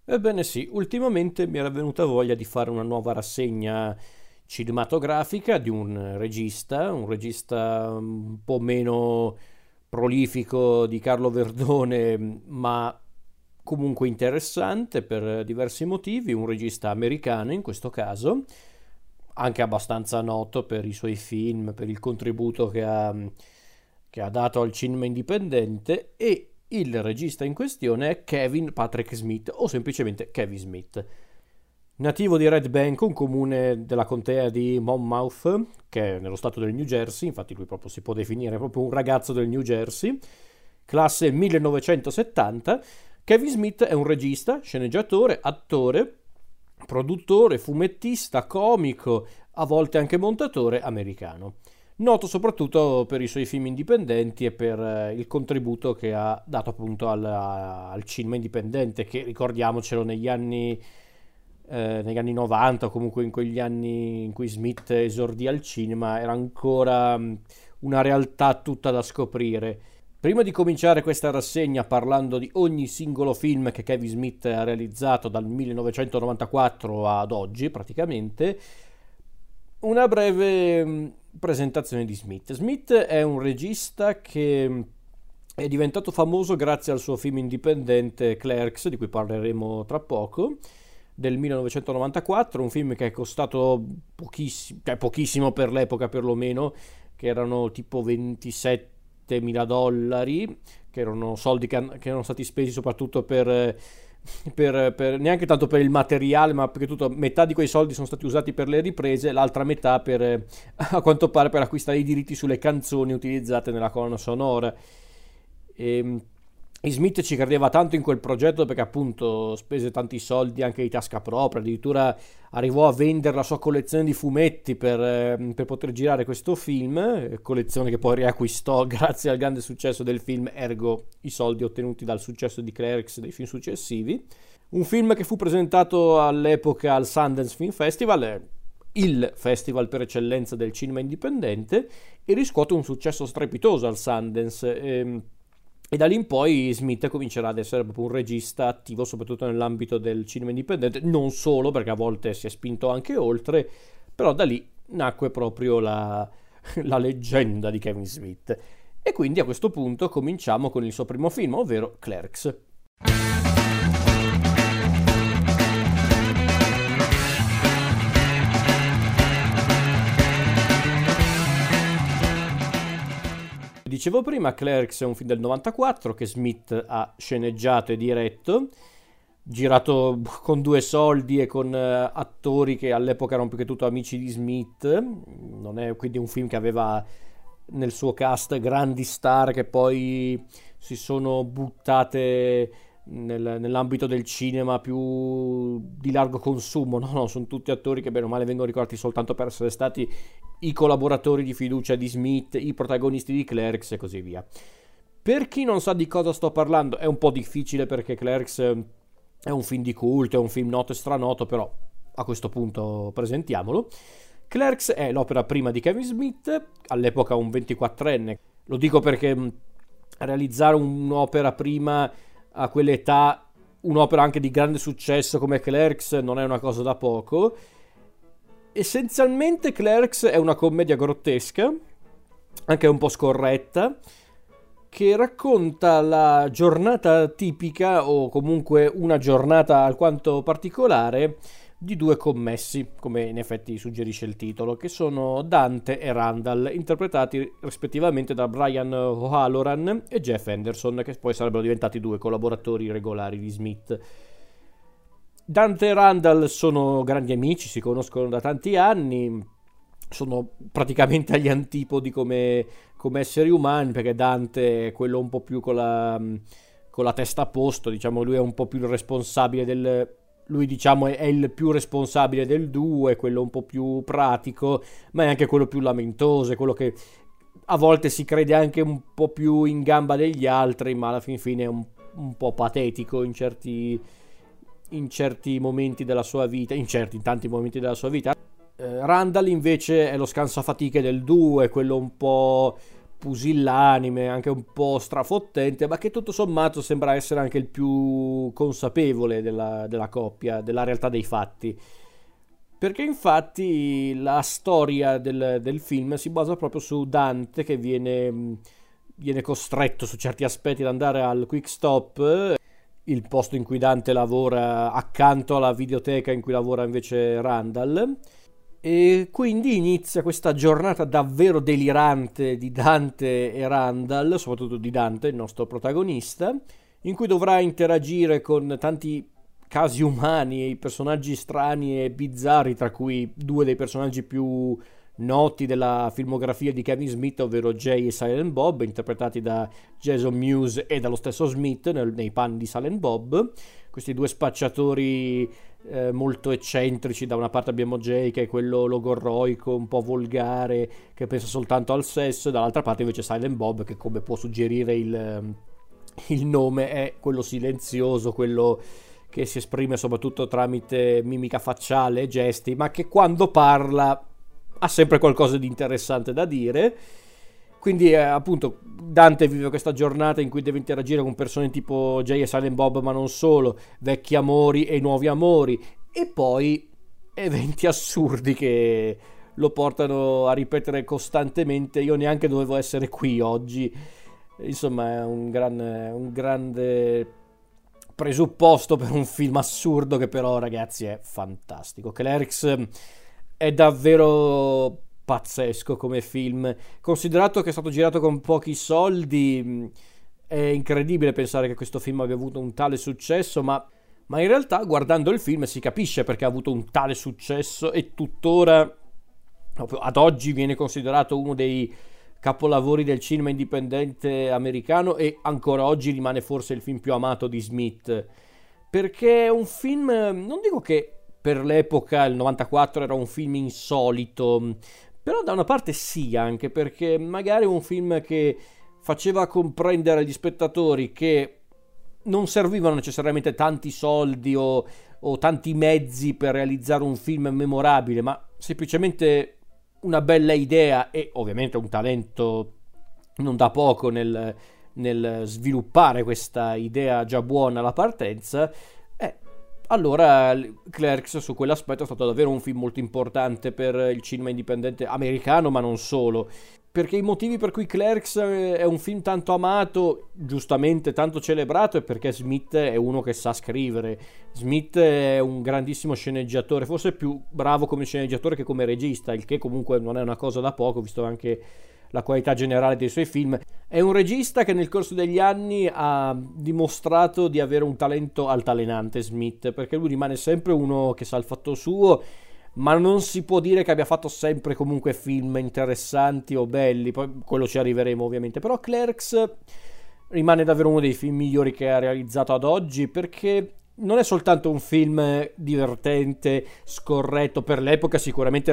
Ebbene sì, ultimamente mi era venuta voglia di fare una nuova rassegna cinematografica di un regista un po' meno prolifico di Carlo Verdone, ma comunque interessante per diversi motivi, un regista americano in questo caso, anche abbastanza noto per i suoi film, per il contributo che ha dato al cinema indipendente, e il regista in questione è Kevin Patrick Smith, o semplicemente Kevin Smith. Nativo di Red Bank, un comune della contea di Monmouth, che è nello stato del New Jersey, infatti lui proprio si può definire proprio un ragazzo del New Jersey, classe 1970, Kevin Smith è un regista, sceneggiatore, attore, produttore, fumettista, comico, a volte anche montatore americano. Noto soprattutto per i suoi film indipendenti e per il contributo che ha dato appunto al cinema indipendente, che ricordiamocelo negli anni 90 o comunque in quegli anni in cui Smith esordì al cinema era ancora una realtà tutta da scoprire. Prima di cominciare questa rassegna parlando di ogni singolo film che Kevin Smith ha realizzato dal 1994 ad oggi praticamente, una breve presentazione di Smith. Smith è un regista che è diventato famoso grazie al suo film indipendente Clerks, di cui parleremo tra poco, del 1994, un film che è costato pochissimo, cioè pochissimo per l'epoca perlomeno, che erano tipo $27.000, che erano soldi che erano stati spesi soprattutto neanche tanto per il materiale, ma perché metà di quei soldi sono stati usati per le riprese, l'altra metà a quanto pare per acquistare i diritti sulle canzoni utilizzate nella colonna sonora. E Smith ci credeva tanto in quel progetto perché appunto spese tanti soldi anche di tasca propria, addirittura arrivò a vendere la sua collezione di fumetti per poter girare questo film, collezione che poi riacquistò grazie al grande successo del film, ergo i soldi ottenuti dal successo di Clerks e dei film successivi. Un film che fu presentato all'epoca al Sundance Film Festival, il festival per eccellenza del cinema indipendente, e riscuote un successo strepitoso al Sundance. E da lì in poi Smith comincerà ad essere proprio un regista attivo soprattutto nell'ambito del cinema indipendente, non solo perché a volte si è spinto anche oltre, però da lì nacque proprio la leggenda di Kevin Smith. E quindi a questo punto cominciamo con il suo primo film, ovvero Clerks. Dicevo prima, Clerks è un film del 94 che Smith ha sceneggiato e diretto, girato con due soldi e con attori che all'epoca erano più che tutto amici di Smith. Non è quindi un film che aveva nel suo cast grandi star che poi si sono buttate nell'ambito del cinema più di largo consumo. No, sono tutti attori che bene o male vengono ricordati soltanto per essere stati i collaboratori di fiducia di Smith, i protagonisti di Clerks e così via. Per chi non sa di cosa sto parlando è un po' difficile perché Clerks è un film di culto, è un film noto e stranoto, però a questo punto presentiamolo. Clerks è l'opera prima di Kevin Smith, all'epoca un 24enne. Lo dico perché realizzare un'opera prima a quell'età, un'opera anche di grande successo come Clerks, non è una cosa da poco. Essenzialmente Clerks è una commedia grottesca, anche un po' scorretta, che racconta la giornata tipica, o comunque una giornata alquanto particolare, di due commessi, come in effetti suggerisce il titolo, che sono Dante e Randall, interpretati rispettivamente da Brian O'Halloran e Jeff Henderson, che poi sarebbero diventati due collaboratori regolari di Smith. Dante e Randall sono grandi amici, si conoscono da tanti anni, sono praticamente agli antipodi come esseri umani, perché Dante è quello un po' più con la testa a posto, diciamo, lui è un po' più il responsabile lui diciamo è il più responsabile del duo, è quello un po' più pratico, ma è anche quello più lamentoso, è quello che a volte si crede anche un po' più in gamba degli altri, ma alla fine è un po' patetico in certi momenti della sua vita, in tanti momenti della sua vita. Randall invece è lo scansafatiche del duo, è quello un po' pusillanime, anche un po' strafottente, ma che tutto sommato sembra essere anche il più consapevole della coppia, della realtà dei fatti. Perché infatti la storia del film si basa proprio su Dante che viene costretto su certi aspetti ad andare al Quick Stop, il posto in cui Dante lavora accanto alla videoteca in cui lavora invece Randall. E quindi inizia questa giornata davvero delirante di Dante e Randall, soprattutto di Dante, il nostro protagonista, in cui dovrà interagire con tanti casi umani e personaggi strani e bizzarri, tra cui due dei personaggi più noti della filmografia di Kevin Smith, ovvero Jay e Silent Bob, interpretati da Jason Mewes e dallo stesso Smith nei panni di Silent Bob. Questi due spacciatori molto eccentrici. Da una parte abbiamo Jay, che è quello logorroico, un po' volgare, che pensa soltanto al sesso, e dall'altra parte invece Silent Bob, che, come può suggerire il nome, è quello silenzioso, quello che si esprime soprattutto tramite mimica facciale e gesti, ma che quando parla ha sempre qualcosa di interessante da dire. Quindi appunto Dante vive questa giornata in cui deve interagire con persone tipo Jay e Silent Bob, ma non solo, vecchi amori e nuovi amori, e poi eventi assurdi che lo portano a ripetere costantemente: io neanche dovevo essere qui oggi. Insomma, è un grande presupposto per un film assurdo che però, ragazzi, è fantastico. Clerks è davvero pazzesco come film, considerato che è stato girato con pochi soldi. È incredibile pensare che questo film abbia avuto un tale successo, ma in realtà guardando il film si capisce perché ha avuto un tale successo e tuttora ad oggi viene considerato uno dei capolavori del cinema indipendente americano, e ancora oggi rimane forse il film più amato di Smith, perché è un film, non dico che per l'epoca, il 94, era un film insolito, però da una parte sì, anche perché magari è un film che faceva comprendere agli spettatori che non servivano necessariamente tanti soldi o tanti mezzi per realizzare un film memorabile, ma semplicemente una bella idea e ovviamente un talento non da poco nel sviluppare questa idea già buona alla partenza. Allora Clerks su quell'aspetto è stato davvero un film molto importante per il cinema indipendente americano, ma non solo, perché i motivi per cui Clerks è un film tanto amato, giustamente tanto celebrato, è perché Smith è uno che sa scrivere. Smith è un grandissimo sceneggiatore, forse più bravo come sceneggiatore che come regista, il che comunque non è una cosa da poco, visto anche la qualità generale dei suoi film. È un regista che nel corso degli anni ha dimostrato di avere un talento altalenante, Smith, perché lui rimane sempre uno che sa il fatto suo, ma non si può dire che abbia fatto sempre comunque film interessanti o belli, poi quello ci arriveremo ovviamente. Però Clerks rimane davvero uno dei film migliori che ha realizzato ad oggi, perché non è soltanto un film divertente, scorretto, per l'epoca sicuramente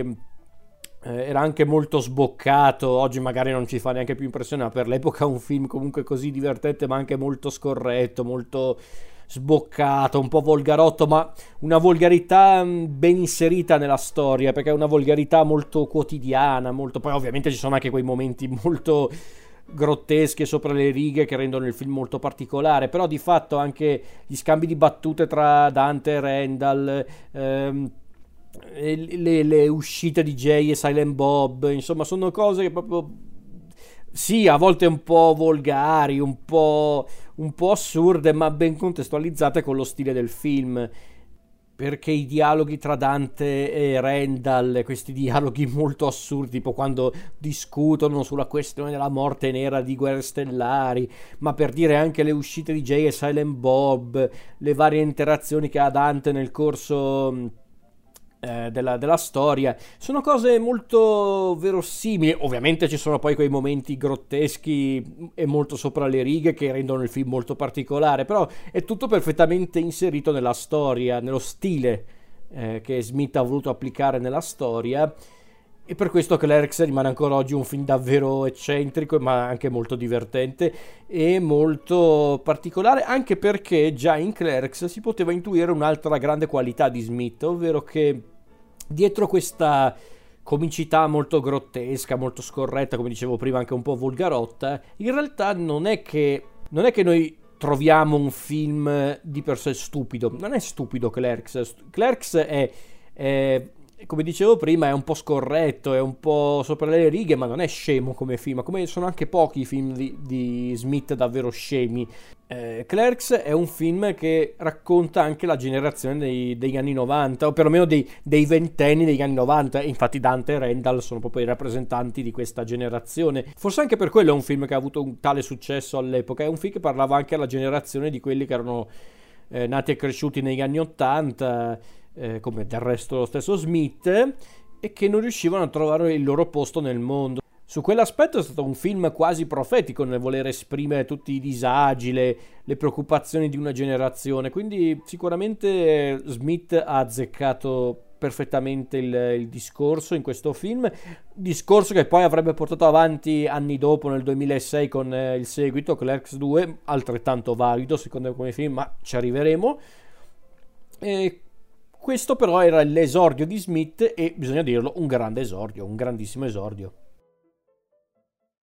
era anche molto sboccato. Oggi magari non ci fa neanche più impressione, ma per l'epoca un film comunque così divertente, ma anche molto scorretto, molto sboccato, un po' volgarotto, ma una volgarità ben inserita nella storia, perché è una volgarità molto quotidiana, molto... Poi ovviamente ci sono anche quei momenti molto grotteschi e sopra le righe che rendono il film molto particolare, però di fatto anche gli scambi di battute tra Dante e Randall, le uscite di Jay e Silent Bob, insomma sono cose che proprio, sì, a volte un po' volgari, un po' assurde, ma ben contestualizzate con lo stile del film, perché i dialoghi tra Dante e Randall, questi dialoghi molto assurdi, tipo quando discutono sulla questione della morte nera di Guerre Stellari, ma per dire anche le uscite di Jay e Silent Bob, le varie interazioni che ha Dante nel corso della storia, sono cose molto verosimili. Ovviamente ci sono poi quei momenti grotteschi e molto sopra le righe che rendono il film molto particolare, però è tutto perfettamente inserito nella storia, nello stile che Smith ha voluto applicare nella storia, e per questo Clerks rimane ancora oggi un film davvero eccentrico, ma anche molto divertente e molto particolare, anche perché già in Clerks si poteva intuire un'altra grande qualità di Smith, ovvero che dietro questa comicità molto grottesca, molto scorretta, come dicevo prima, anche un po' volgarotta, in realtà non è che noi troviamo un film di per sé stupido. Non è stupido Clerks. Clerks come dicevo prima, è un po' scorretto, è un po' sopra le righe, ma non è scemo come film, come sono anche pochi i film di Smith davvero scemi. Clerks è un film che racconta anche la generazione degli anni 90, o perlomeno dei ventenni degli anni 90, e infatti Dante e Randall sono proprio i rappresentanti di questa generazione. Forse anche per quello è un film che ha avuto un tale successo all'epoca, è un film che parlava anche alla generazione di quelli che erano nati e cresciuti negli anni 80, come del resto lo stesso Smith, e che non riuscivano a trovare il loro posto nel mondo. Su quell'aspetto è stato un film quasi profetico nel voler esprimere tutti i disagi, le preoccupazioni di una generazione, quindi sicuramente Smith ha azzeccato perfettamente il discorso in questo film, discorso che poi avrebbe portato avanti anni dopo, nel 2006, con il seguito Clerks 2, altrettanto valido secondo me come film, ma ci arriveremo. E questo però era l'esordio di Smith, e bisogna dirlo, un grande esordio, un grandissimo esordio.